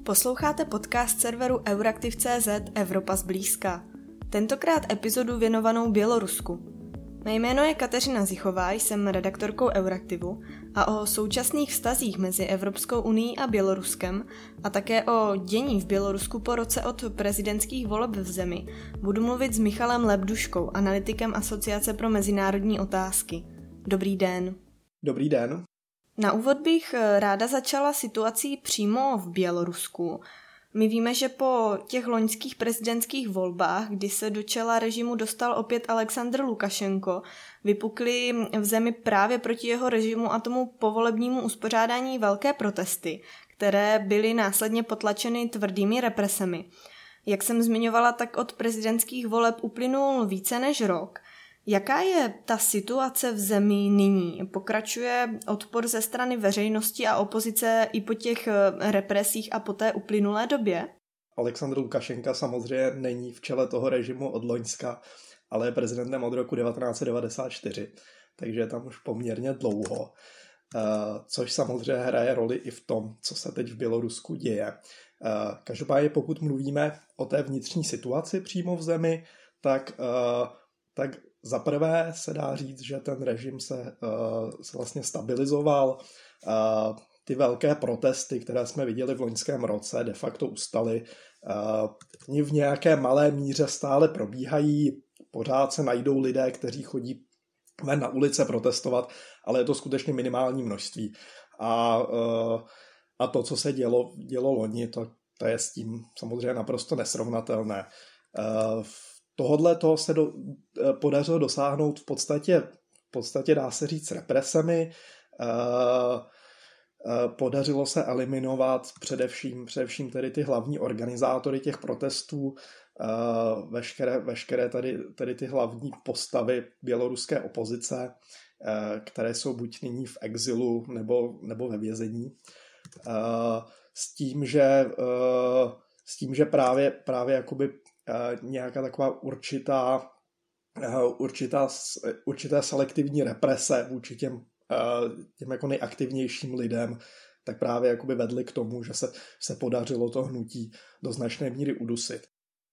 Posloucháte podcast serveru Euraktiv.cz Evropa zblízka. Tentokrát epizodu věnovanou Bělorusku. Mé jméno je Kateřina Zichová, jsem redaktorkou Euraktivu a o současných vztazích mezi Evropskou unií a Běloruskem a také o dění v Bělorusku po roce od prezidentských voleb v zemi budu mluvit s Michalem Lebduškou, analytikem Asociace pro mezinárodní otázky. Dobrý den. Dobrý den. Na úvod bych ráda začala situací přímo v Bělorusku. My víme, že po těch loňských prezidentských volbách, kdy se do čela režimu dostal opět Alexandr Lukašenko, vypukly v zemi právě proti jeho režimu a tomu povolebnímu uspořádání velké protesty, které byly následně potlačeny tvrdými represemi. Jak jsem zmiňovala, tak od prezidentských voleb uplynul více než rok. Jaká je ta situace v zemi nyní? Pokračuje odpor ze strany veřejnosti a opozice i po těch represích a po té uplynulé době? Alexandr Lukašenka samozřejmě není v čele toho režimu od loňska, ale je prezidentem od roku 1994, takže je tam už poměrně dlouho, což samozřejmě hraje roli i v tom, co se teď v Bělorusku děje. Každopádně pokud mluvíme o té vnitřní situaci přímo v zemi, tak za prvé se dá říct, že ten režim se vlastně stabilizoval. Ty velké protesty, které jsme viděli v loňském roce, de facto ustaly. V nějaké malé míře stále probíhají. Pořád se najdou lidé, kteří chodí ven na ulice protestovat, ale je to skutečně minimální množství. A to, co se dělo loni, to je s tím samozřejmě naprosto nesrovnatelné. Tohodle toho se podařilo dosáhnout v podstatě dá se říct represemi. Podařilo se eliminovat především tedy ty hlavní organizátory těch protestů, veškeré tady ty hlavní postavy běloruské opozice, které jsou buď nyní v exilu nebo ve vězení. S tím, že právě jakoby nějaká taková určitá selektivní represe vůči těm jako nejaktivnějším lidem, tak právě jakoby vedly k tomu, že se podařilo to hnutí do značné míry udusit.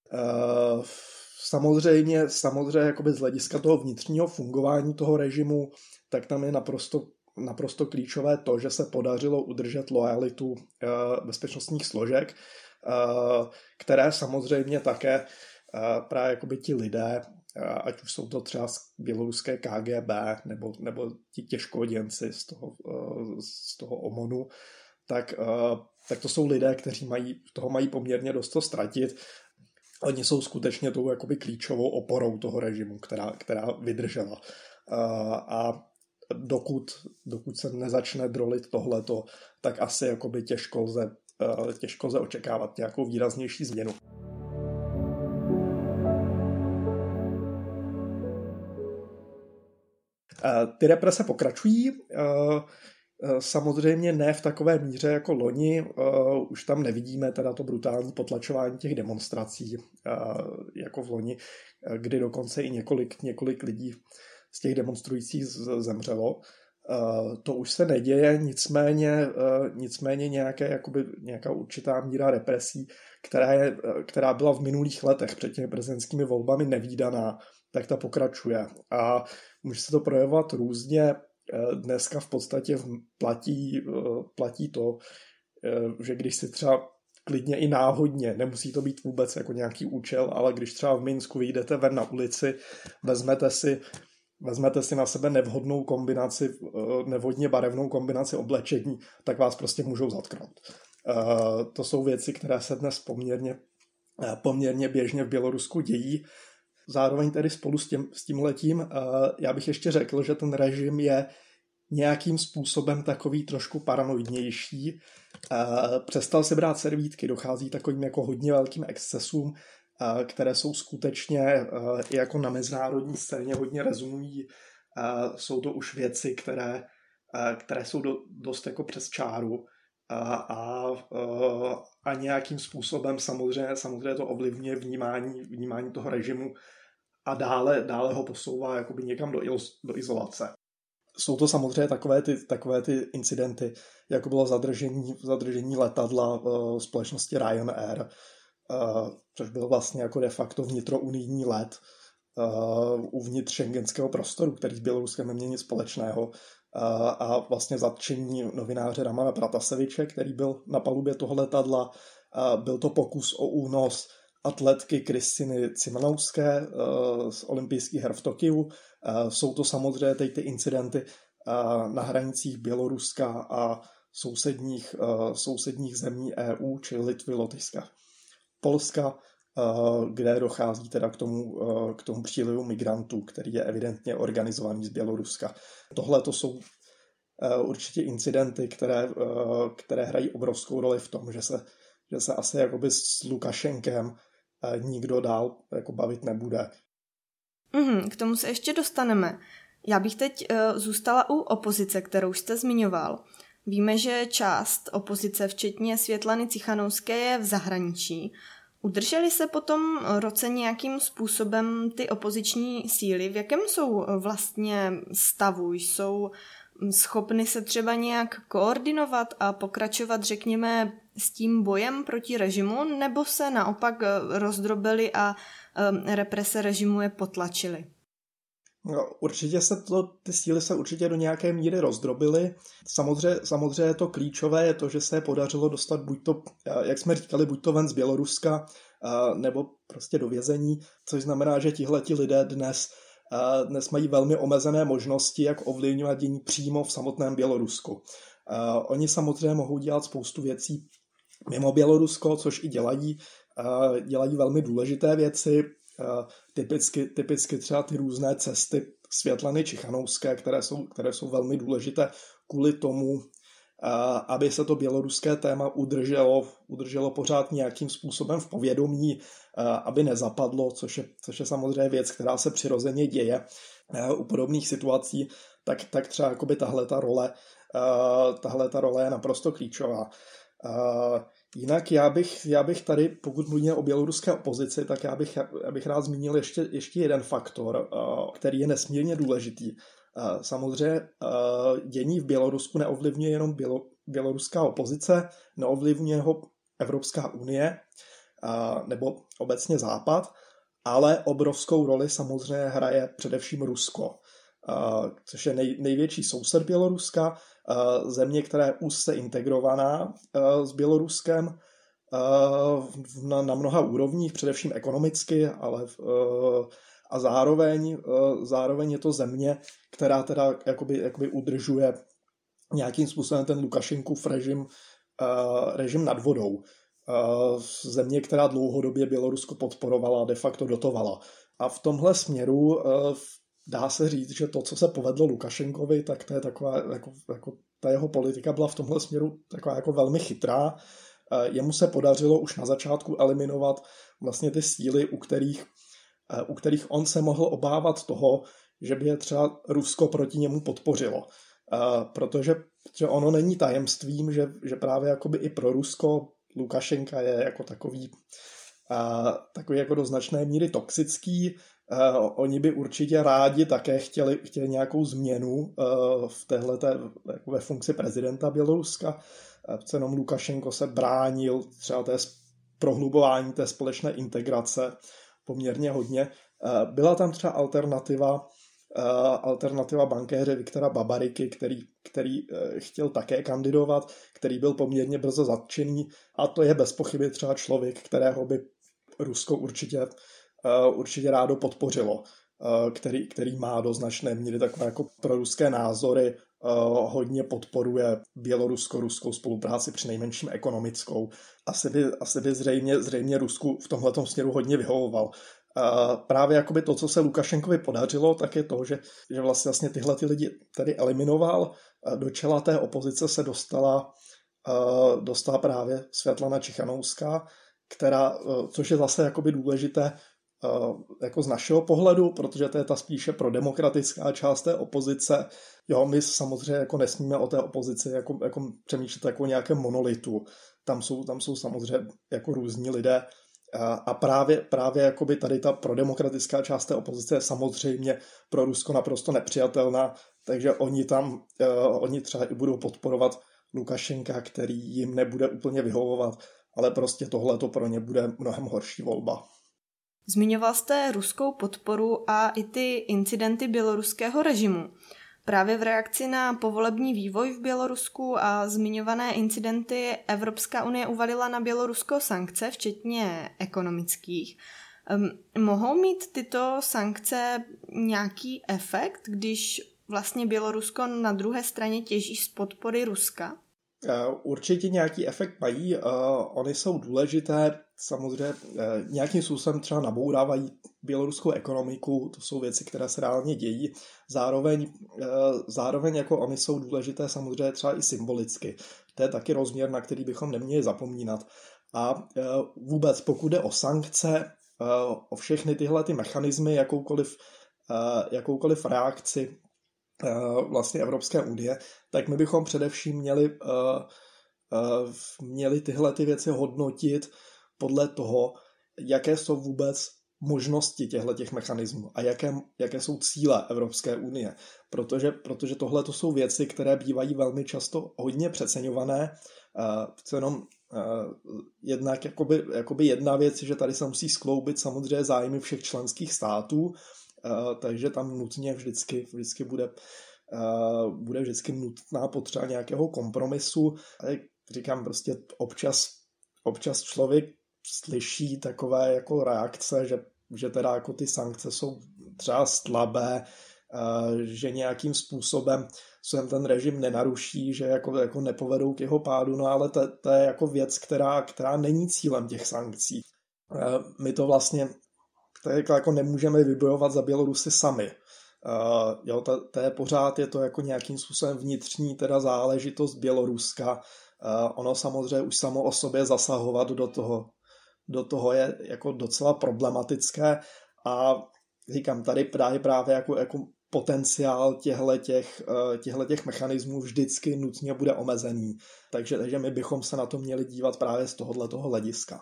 Samozřejmě jakoby z hlediska toho vnitřního fungování toho režimu, tak tam je naprosto klíčové to, že se podařilo udržet lojalitu bezpečnostních složek, které samozřejmě také právě jakoby ti lidé, ať už jsou to třeba běloruské KGB nebo ti těžkoděnci z toho OMONu, tak to jsou lidé, kteří toho mají poměrně dost co ztratit. Oni jsou skutečně tou jakoby klíčovou oporou toho režimu, která vydržela. A dokud se nezačne drolit tohleto, tak asi jakoby těžko lze očekávat nějakou výraznější změnu. Ty represe pokračují, samozřejmě ne v takové míře jako loni, už tam nevidíme teda to brutální potlačování těch demonstrací jako v loni, kdy dokonce i několik lidí z těch demonstrujících zemřelo. To už se neděje, nicméně nějaká určitá míra represí, která byla v minulých letech před těmi prezidentskými volbami nevídaná, tak ta pokračuje. A může se to projevovat různě. Dneska v podstatě platí to, že když si třeba klidně i náhodně, nemusí to být vůbec jako nějaký účel, ale když třeba v Minsku vyjdete ven na ulici, vezmete si na sebe nevhodně barevnou kombinaci oblečení, tak vás prostě můžou zatknout. To jsou věci, které se dnes poměrně běžně v Bělorusku dějí. Zároveň tedy spolu s tímhletím já bych ještě řekl, že ten režim je nějakým způsobem takový trošku paranoidnější. Přestal si brát servítky, dochází takovým jako hodně velkým excesům, které jsou skutečně i jako na mezinárodní scéně hodně rezonují. Jsou to už věci, které jsou dost jako přes čáru a nějakým způsobem samozřejmě to ovlivňuje vnímání toho režimu a dále ho posouvá jakoby někam do izolace. Jsou to samozřejmě takové ty incidenty, jako bylo zadržení letadla společnosti Ryanair, což byl vlastně jako de facto vnitrounijní let uvnitř schengenského prostoru, který s Běloruskem neměl nic společného, a vlastně zatčení novináře Ramana Prataseviče, který byl na palubě toho letadla. Byl to pokus o únos atletky Kristiny Cimanouské z olympijských her v Tokiu. Jsou to samozřejmě teď ty incidenty na hranicích Běloruska a sousedních zemí EU, čili Litvy, Lotyšska, Polska, kde dochází teda k tomu přílivu migrantů, který je evidentně organizovaný z Běloruska. Tohle to jsou určitě incidenty, které hrají obrovskou roli v tom, že se asi jakoby s Lukašenkem nikdo dál jako bavit nebude. K tomu se ještě dostaneme. Já bych teď zůstala u opozice, kterou jste zmiňoval. Víme, že část opozice, včetně Světlany Cichanouské, je v zahraničí. Udržely se po tom roce nějakým způsobem ty opoziční síly? V jakém jsou vlastně stavu? Jsou schopny se třeba nějak koordinovat a pokračovat, řekněme, s tím bojem proti režimu, nebo se naopak rozdrobily a represe režimu je potlačily? No, určitě ty síly se určitě do nějaké míry rozdrobily. Samozřejmě to klíčové je to, že se podařilo dostat buď to, jak jsme říkali, buď to ven z Běloruska, nebo prostě do vězení, což znamená, že tihleti lidé dnes mají velmi omezené možnosti, jak ovlivňovat dění přímo v samotném Bělorusku. Oni samozřejmě mohou dělat spoustu věcí mimo Bělorusko, což i dělají. Dělají velmi důležité věci, typicky třeba ty různé cesty Světlany Cichanouské, které jsou velmi důležité kvůli tomu, aby se to běloruské téma udrželo pořád nějakým způsobem v povědomí, aby nezapadlo, což je samozřejmě věc, která se přirozeně děje u podobných situací, tak třeba jakoby tahle ta role je naprosto klíčová. Jinak já bych tady, pokud mluvíme o běloruské opozici, tak já bych rád zmínil ještě jeden faktor, který je nesmírně důležitý. Samozřejmě dění v Bělorusku neovlivňuje jenom běloruská opozice, neovlivňuje ho Evropská unie nebo obecně Západ, ale obrovskou roli samozřejmě hraje především Rusko, což je největší soused Běloruska, země, která je úzce integrovaná s Běloruskem na mnoha úrovních, především ekonomicky, a zároveň je to země, která teda jakoby udržuje nějakým způsobem ten Lukašenkův režim nad vodou. Země, která dlouhodobě Bělorusko podporovala, de facto dotovala. A v tomhle směru dá se říct, že to, co se povedlo Lukašenkovi, tak to je taková, jako ta jeho politika byla v tomhle směru taková jako velmi chytrá. Jemu se podařilo už na začátku eliminovat vlastně ty síly, u kterých on se mohl obávat toho, že by je třeba Rusko proti němu podpořilo. Protože ono není tajemstvím, že právě jakoby i pro Rusko Lukašenka je jako takový jako do značné míry toxický. Oni by určitě rádi také chtěli nějakou změnu v téhleté jako ve funkci prezidenta Běloruska. Jenom Lukašenko se bránil třeba prohlubování té společné integrace poměrně hodně. Byla tam třeba alternativa bankéře Viktora Babariky, který chtěl také kandidovat, který byl poměrně brzo zatčený, a to je bez pochyby třeba člověk, kterého by Rusko určitě rádo podpořilo, který má do značné míry takové jako proruské názory, hodně podporuje bělorusko-ruskou spolupráci, přinejmenším ekonomickou. Asi by zřejmě Rusku v tomhletom směru hodně vyhovoval. Právě jakoby to, co se Lukašenkovi podařilo, tak je to, že vlastně tyhle ty lidi tady eliminoval. Do čela té opozice se dostala právě Světlana Cichanouská, což je zase jakoby důležité jako z našeho pohledu, protože to je ta spíše prodemokratická část té opozice. Jo, my samozřejmě jako nesmíme o té opozici jako přemýšlet jako o nějakém monolitu. Tam jsou samozřejmě jako různí lidé. A právě jakoby tady ta prodemokratická část té opozice je samozřejmě pro Rusko naprosto nepřijatelná, takže oni třeba i budou podporovat Lukašenka, který jim nebude úplně vyhovovat, ale prostě tohleto pro ně bude mnohem horší volba. Zmiňoval jste ruskou podporu a i ty incidenty běloruského režimu. Právě v reakci na povolební vývoj v Bělorusku a zmiňované incidenty Evropská unie uvalila na Bělorusko sankce, včetně ekonomických. Mohou mít tyto sankce nějaký efekt, když vlastně Bělorusko na druhé straně těží z podpory Ruska? Určitě nějaký efekt mají, ony jsou důležité, samozřejmě nějakým způsobem třeba nabourávají běloruskou ekonomiku, to jsou věci, které se reálně dějí, zároveň jako ony jsou důležité samozřejmě třeba i symbolicky. To je taky rozměr, na který bychom neměli zapomínat. A vůbec pokud jde o sankce, o všechny tyhle ty mechanismy, jakoukoliv reakci vlastně Evropské unie, tak my bychom především měli tyhle ty věci hodnotit podle toho, jaké jsou vůbec možnosti těchto mechanismů a jaké jsou cíle Evropské unie. Protože tohle to jsou věci, které bývají velmi často hodně přeceňované. Jenom jednak jakoby jedna věc, že tady se musí skloubit samozřejmě zájmy všech členských států, takže tam nutně vždycky bude vždycky nutná potřeba nějakého kompromisu. A jak říkám, prostě občas člověk slyší takové jako reakce, že teda jako ty sankce jsou třeba slabé, že nějakým způsobem se ten režim nenaruší, že jako nepovedou k jeho pádu, no ale to je jako věc, která není cílem těch sankcí. My to vlastně jako nemůžeme vybojovat za Bělorusy sami. To je pořád, je to jako nějakým způsobem vnitřní teda záležitost Běloruska. Ono samozřejmě už samo o sobě zasahovat do toho je jako docela problematické a říkám, tady právě jako potenciál těchto mechanismů vždycky nutně bude omezený. Takže my bychom se na to měli dívat právě z tohoto hlediska.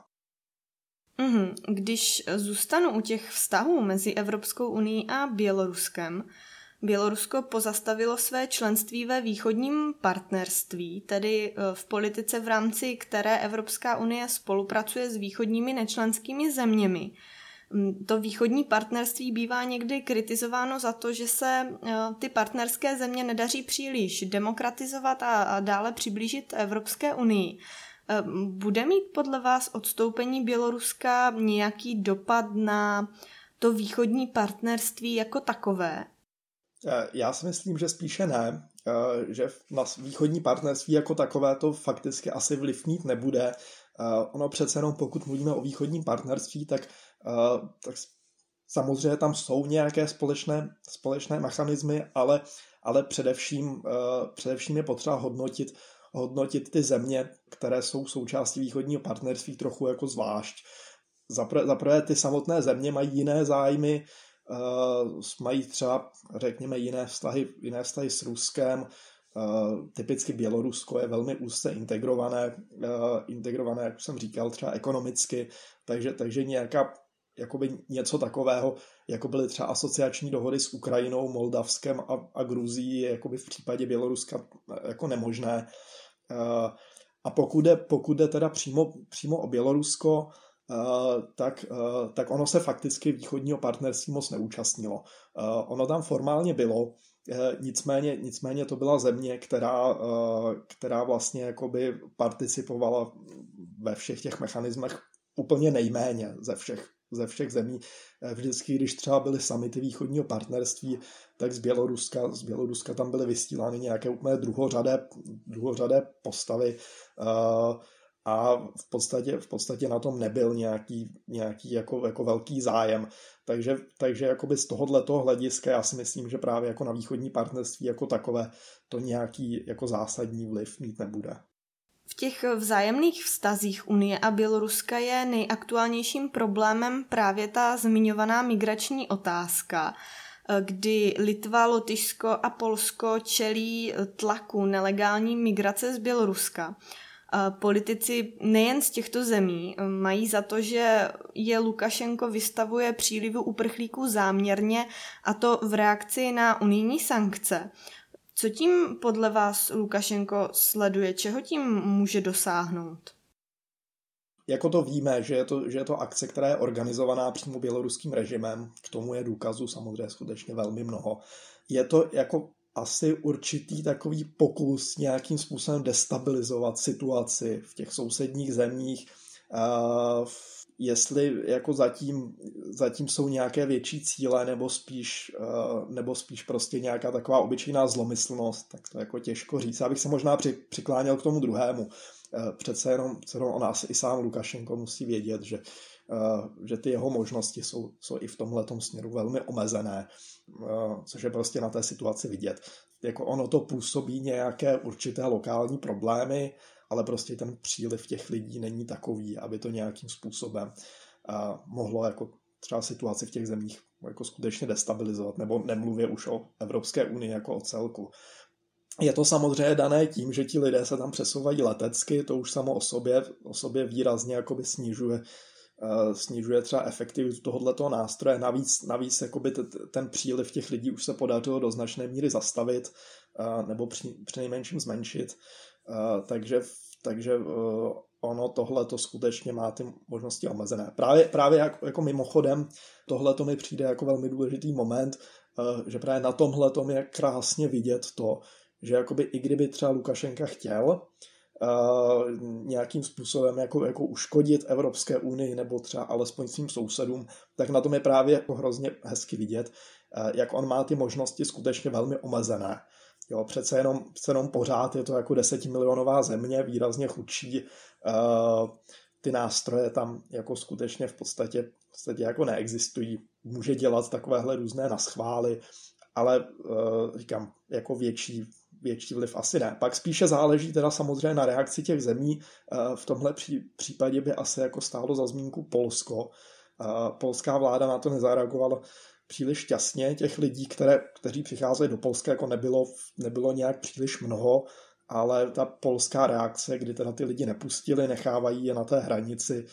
Když zůstanu u těch vztahů mezi Evropskou unií a Běloruskem, Bělorusko pozastavilo své členství ve východním partnerství, tedy v politice, v rámci které Evropská unie spolupracuje s východními nečlenskými zeměmi. To východní partnerství bývá někdy kritizováno za to, že se ty partnerské země nedaří příliš demokratizovat a dále přiblížit Evropské unii. Bude mít podle vás odstoupení Běloruska nějaký dopad na to východní partnerství jako takové? Já si myslím, že spíše ne, že na východní partnerství jako takové to fakticky asi vliv mít nebude. Ono přece jenom, pokud mluvíme o východním partnerství, tak samozřejmě tam jsou nějaké společné mechanismy, ale především je potřeba hodnotit ty země, které jsou součástí východního partnerství trochu jako zvlášť. Zaprvé ty samotné země mají jiné zájmy, mají třeba, řekněme, jiné vztahy s Ruskem. Typicky Bělorusko je velmi úzce integrované, jak už jsem říkal, třeba ekonomicky, takže nějaká jakoby něco takového, jako byly třeba asociační dohody s Ukrajinou, Moldavskem a Gruzií, je jakoby v případě Běloruska jako nemožné. A pokud jde teda přímo o Bělorusko, tak ono se fakticky východního partnerství moc neúčastnilo. Ono tam formálně bylo, nicméně to byla země, která vlastně jakoby participovala ve všech těch mechanismech úplně nejméně ze všech zemí. Vždycky, když třeba byly summity východního partnerství, tak z Běloruska tam byly vysílány nějaké úplně druhořadé postavy a v podstatě na tom nebyl nějaký jako velký zájem. Takže jakoby z tohoto hlediska já si myslím, že právě jako na východní partnerství jako takové to nějaký jako zásadní vliv mít nebude. V těch vzájemných vztazích Unie a Běloruska je nejaktuálnějším problémem právě ta zmiňovaná migrační otázka, kdy Litva, Lotyšsko a Polsko čelí tlaku nelegální migrace z Běloruska. Politici nejen z těchto zemí mají za to, že je Lukašenko vystavuje přílivu uprchlíků záměrně, a to v reakci na unijní sankce. Co tím podle vás Lukašenko sleduje? Čeho tím může dosáhnout? Jako to víme, že je to akce, která je organizovaná přímo běloruským režimem, k tomu je důkazů samozřejmě skutečně velmi mnoho. Je to jako asi určitý takový pokus nějakým způsobem destabilizovat situaci v těch sousedních zemích, jestli jako zatím jsou nějaké větší cíle nebo spíš prostě nějaká taková obyčejná zlomyslnost, tak to jako těžko říct. Já bych se možná přikláněl k tomu druhému. Přece jenom on asi i sám Lukašenko musí vědět, že ty jeho možnosti jsou i v tomhletom směru velmi omezené, což je prostě na té situaci vidět. Jako ono to působí nějaké určité lokální problémy, ale prostě ten příliv těch lidí není takový, aby to nějakým způsobem mohlo jako třeba situaci v těch zemích jako skutečně destabilizovat, nebo nemluvě už o Evropské unii jako o celku. Je to samozřejmě dané tím, že ti lidé se tam přesouvají letecky, to už samo o sobě výrazně jakoby snižuje třeba efektivitu tohoto nástroje. Navíc jakoby ten příliv těch lidí už se podařilo do značné míry zastavit nebo přinejmenším zmenšit. Takže ono tohleto skutečně má ty možnosti omezené. Právě jako mimochodem tohleto mi přijde jako velmi důležitý moment, že právě na tomhletom je krásně vidět to, že jakoby i kdyby třeba Lukašenka chtěl nějakým způsobem jako uškodit Evropské unii nebo třeba alespoň svým sousedům, tak na tom je právě jako hrozně hezky vidět, jak on má ty možnosti skutečně velmi omezené. Jo, přece jenom pořád je to jako 10milionová země, výrazně chudší, ty nástroje tam jako skutečně v podstatě jako neexistují. Může dělat takovéhle různé naschvály, ale říkám, jako větší vliv asi ne. Pak spíše záleží teda samozřejmě na reakci těch zemí. V tomhle případě by asi jako stálo za zmínku Polsko. Polská vláda na to nezareagovala příliš šťastně. Těch lidí, kteří přicházeli do Polska, jako nebylo nějak příliš mnoho, ale ta polská reakce, kdy teda ty lidi nepustili, nechávají je na té hranici,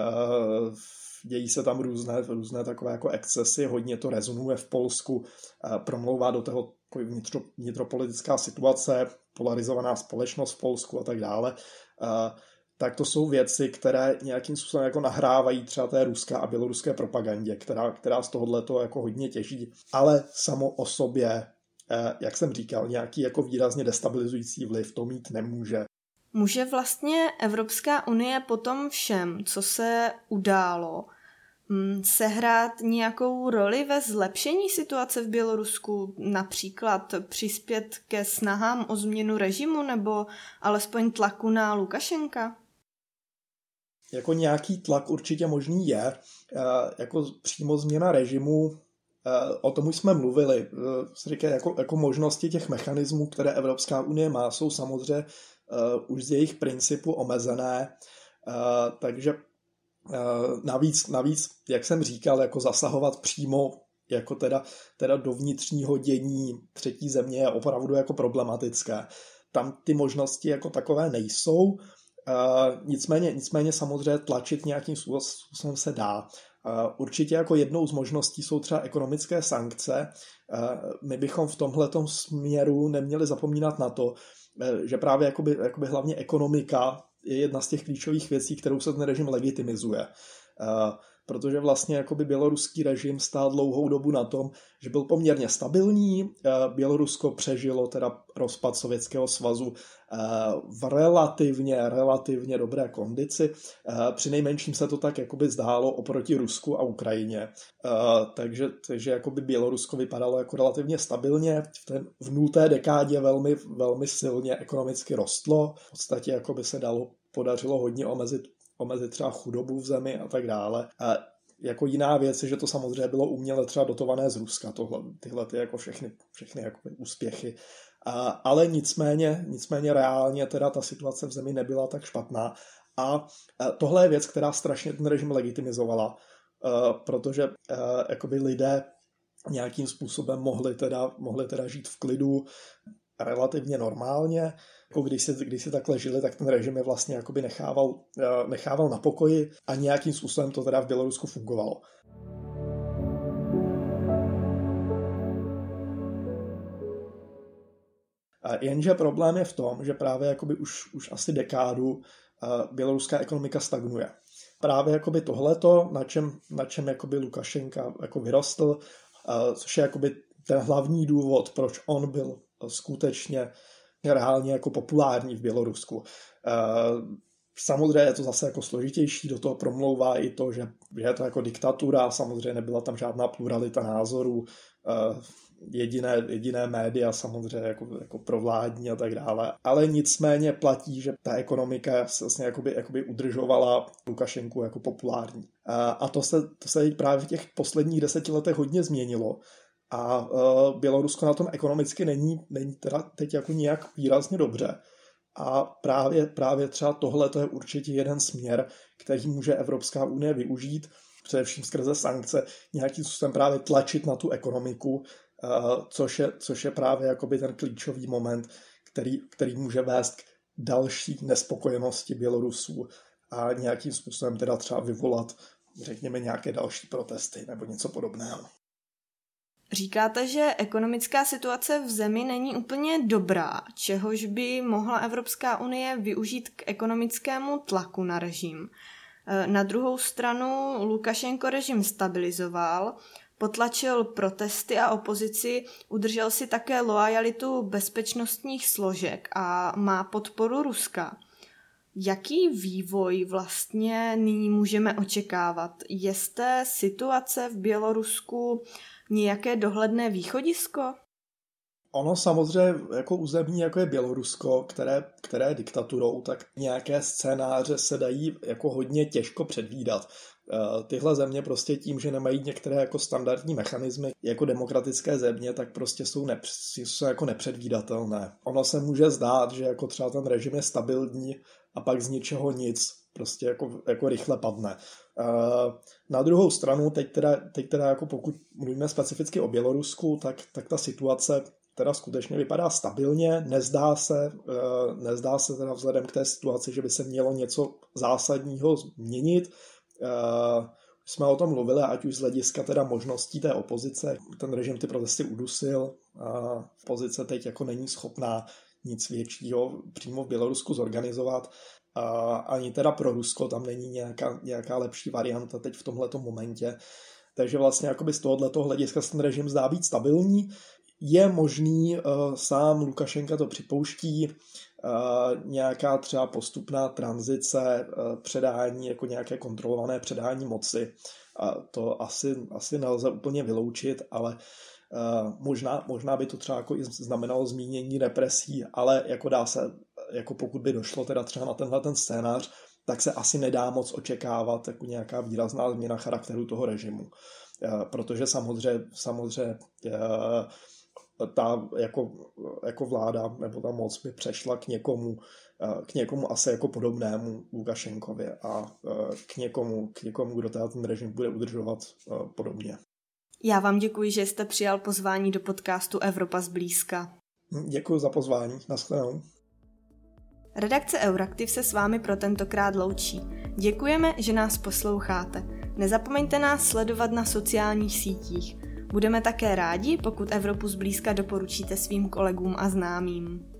dějí se tam různé takové jako excesy, hodně to rezonuje v Polsku, promlouvá do toho vnitropolitická situace, polarizovaná společnost v Polsku a tak dále, tak to jsou věci, které nějakým způsobem jako nahrávají třeba té ruské a běloruské propagandě, která z tohoto jako hodně těží, ale samo o sobě, jak jsem říkal, nějaký jako výrazně destabilizující vliv to mít nemůže. Může vlastně Evropská unie po tom všem, co se událo, sehrát nějakou roli ve zlepšení situace v Bělorusku, například přispět ke snahám o změnu režimu nebo alespoň tlaku na Lukašenka? Jako nějaký tlak určitě možný je, jako přímo změna režimu, o tom už jsme mluvili, jako možnosti těch mechanismů, které Evropská unie má, jsou samozřejmě už z jejich principu omezené, takže navíc, jak jsem říkal, jako zasahovat přímo jako teda do vnitřního dění třetí země je opravdu jako problematické. Tam ty možnosti jako takové nejsou, nicméně samozřejmě tlačit nějakým způsobem se dá. Určitě jako jednou z možností jsou třeba ekonomické sankce. My bychom v tomhletom směru neměli zapomínat na to, že právě jakoby hlavně ekonomika je jedna z těch klíčových věcí, kterou se ten režim legitimizuje. Protože vlastně jakoby běloruský režim stál dlouhou dobu na tom, že byl poměrně stabilní. Bělorusko přežilo teda rozpad Sovětského svazu v relativně dobré kondici. Přinejmenším se to tak jakoby zdálo oproti Rusku a Ukrajině. Takže jakoby Bělorusko vypadalo jako relativně stabilně. V 0. dekádě velmi, velmi silně ekonomicky rostlo. V podstatě jakoby se podařilo hodně omezit třeba chudobu v zemi a tak dále. A jako jiná věc je, že to samozřejmě bylo uměle třeba dotované z Ruska, tyhle jako všechny jako úspěchy. Ale nicméně reálně teda ta situace v zemi nebyla tak špatná. A tohle je věc, která strašně ten režim legitimizovala, protože jakoby lidé nějakým způsobem mohli teda žít v klidu relativně normálně. Jako když si takhle žili, tak ten režim je vlastně jakoby nechával na pokoji a nějakým způsobem to teda v Bělorusku fungovalo. Jenže problém je v tom, že právě jakoby už asi dekádu běloruská ekonomika stagnuje. Právě jakoby tohleto, na čem jakoby Lukašenka jako vyrostl, což je jakoby ten hlavní důvod, proč on byl skutečně reálně jako populární v Bělorusku. Samozřejmě je to zase jako složitější, do toho promlouvá i to, že je to jako diktatura, samozřejmě nebyla tam žádná pluralita názorů, jediné média samozřejmě jako provládní a tak dále. Ale nicméně platí, že ta ekonomika vlastně jakoby udržovala Lukašenku jako populární. A to se právě v těch posledních 10 letech hodně změnilo. A Bělorusko na tom ekonomicky není teda teď jako nějak výrazně dobře. A právě třeba tohle to je určitě jeden směr, který může Evropská unie využít, především skrze sankce, nějakým způsobem právě tlačit na tu ekonomiku, což je právě jakoby ten klíčový moment, který může vést k další nespokojenosti Bělorusů a nějakým způsobem teda třeba vyvolat, řekněme, nějaké další protesty nebo něco podobného. Říkáte, že ekonomická situace v zemi není úplně dobrá, čehož by mohla Evropská unie využít k ekonomickému tlaku na režim. Na druhou stranu Lukašenko režim stabilizoval, potlačil protesty a opozici, udržel si také loajalitu bezpečnostních složek a má podporu Ruska. Jaký vývoj vlastně nyní můžeme očekávat? Je z té situace v Bělorusku nějaké dohledné východisko? Ono samozřejmě jako území, jako je Bělorusko, které je diktaturou, tak nějaké scénáře se dají jako hodně těžko předvídat. Tyhle země prostě tím, že nemají některé jako standardní mechanismy jako demokratické země, tak prostě jsou jako nepředvídatelné. Ono se může zdát, že jako třeba ten režim je stabilní a pak z ničeho nic prostě jako rychle padne. Na druhou stranu, teď teda jako pokud mluvíme specificky o Bělorusku, tak ta situace teda skutečně vypadá stabilně, nezdá se teda vzhledem k té situaci, že by se mělo něco zásadního změnit. Jsme o tom mluvili, ať už z hlediska teda možností té opozice, ten režim ty protesty udusil, opozice teď jako není schopná nic většího přímo v Bělorusku zorganizovat. Ani teda pro Rusko tam není nějaká lepší varianta teď v tomhletom momentě. Takže vlastně jakoby z tohoto hlediska ten režim zdá být stabilní. Je možný, sám Lukašenka to připouští, nějaká třeba postupná tranzice, předání, jako nějaké kontrolované předání moci. To asi nelze úplně vyloučit, ale možná by to třeba jako i znamenalo zmínění represí, ale jako dá se, jako pokud by došlo teda třeba na tenhle ten scénář, tak se asi nedá moc očekávat jako nějaká výrazná změna charakteru toho režimu. Protože samozřejmě ta jako vláda nebo ta moc by přešla k někomu asi jako podobnému Lukašenkovi a k někomu, kdo ten režim bude udržovat podobně. Já vám děkuji, že jste přijal pozvání do podcastu Evropa zblízka. Děkuji za pozvání. Naschledanou. Redakce Euraktiv se s vámi pro tentokrát loučí. Děkujeme, že nás posloucháte. Nezapomeňte nás sledovat na sociálních sítích. Budeme také rádi, pokud Evropu zblízka doporučíte svým kolegům a známým.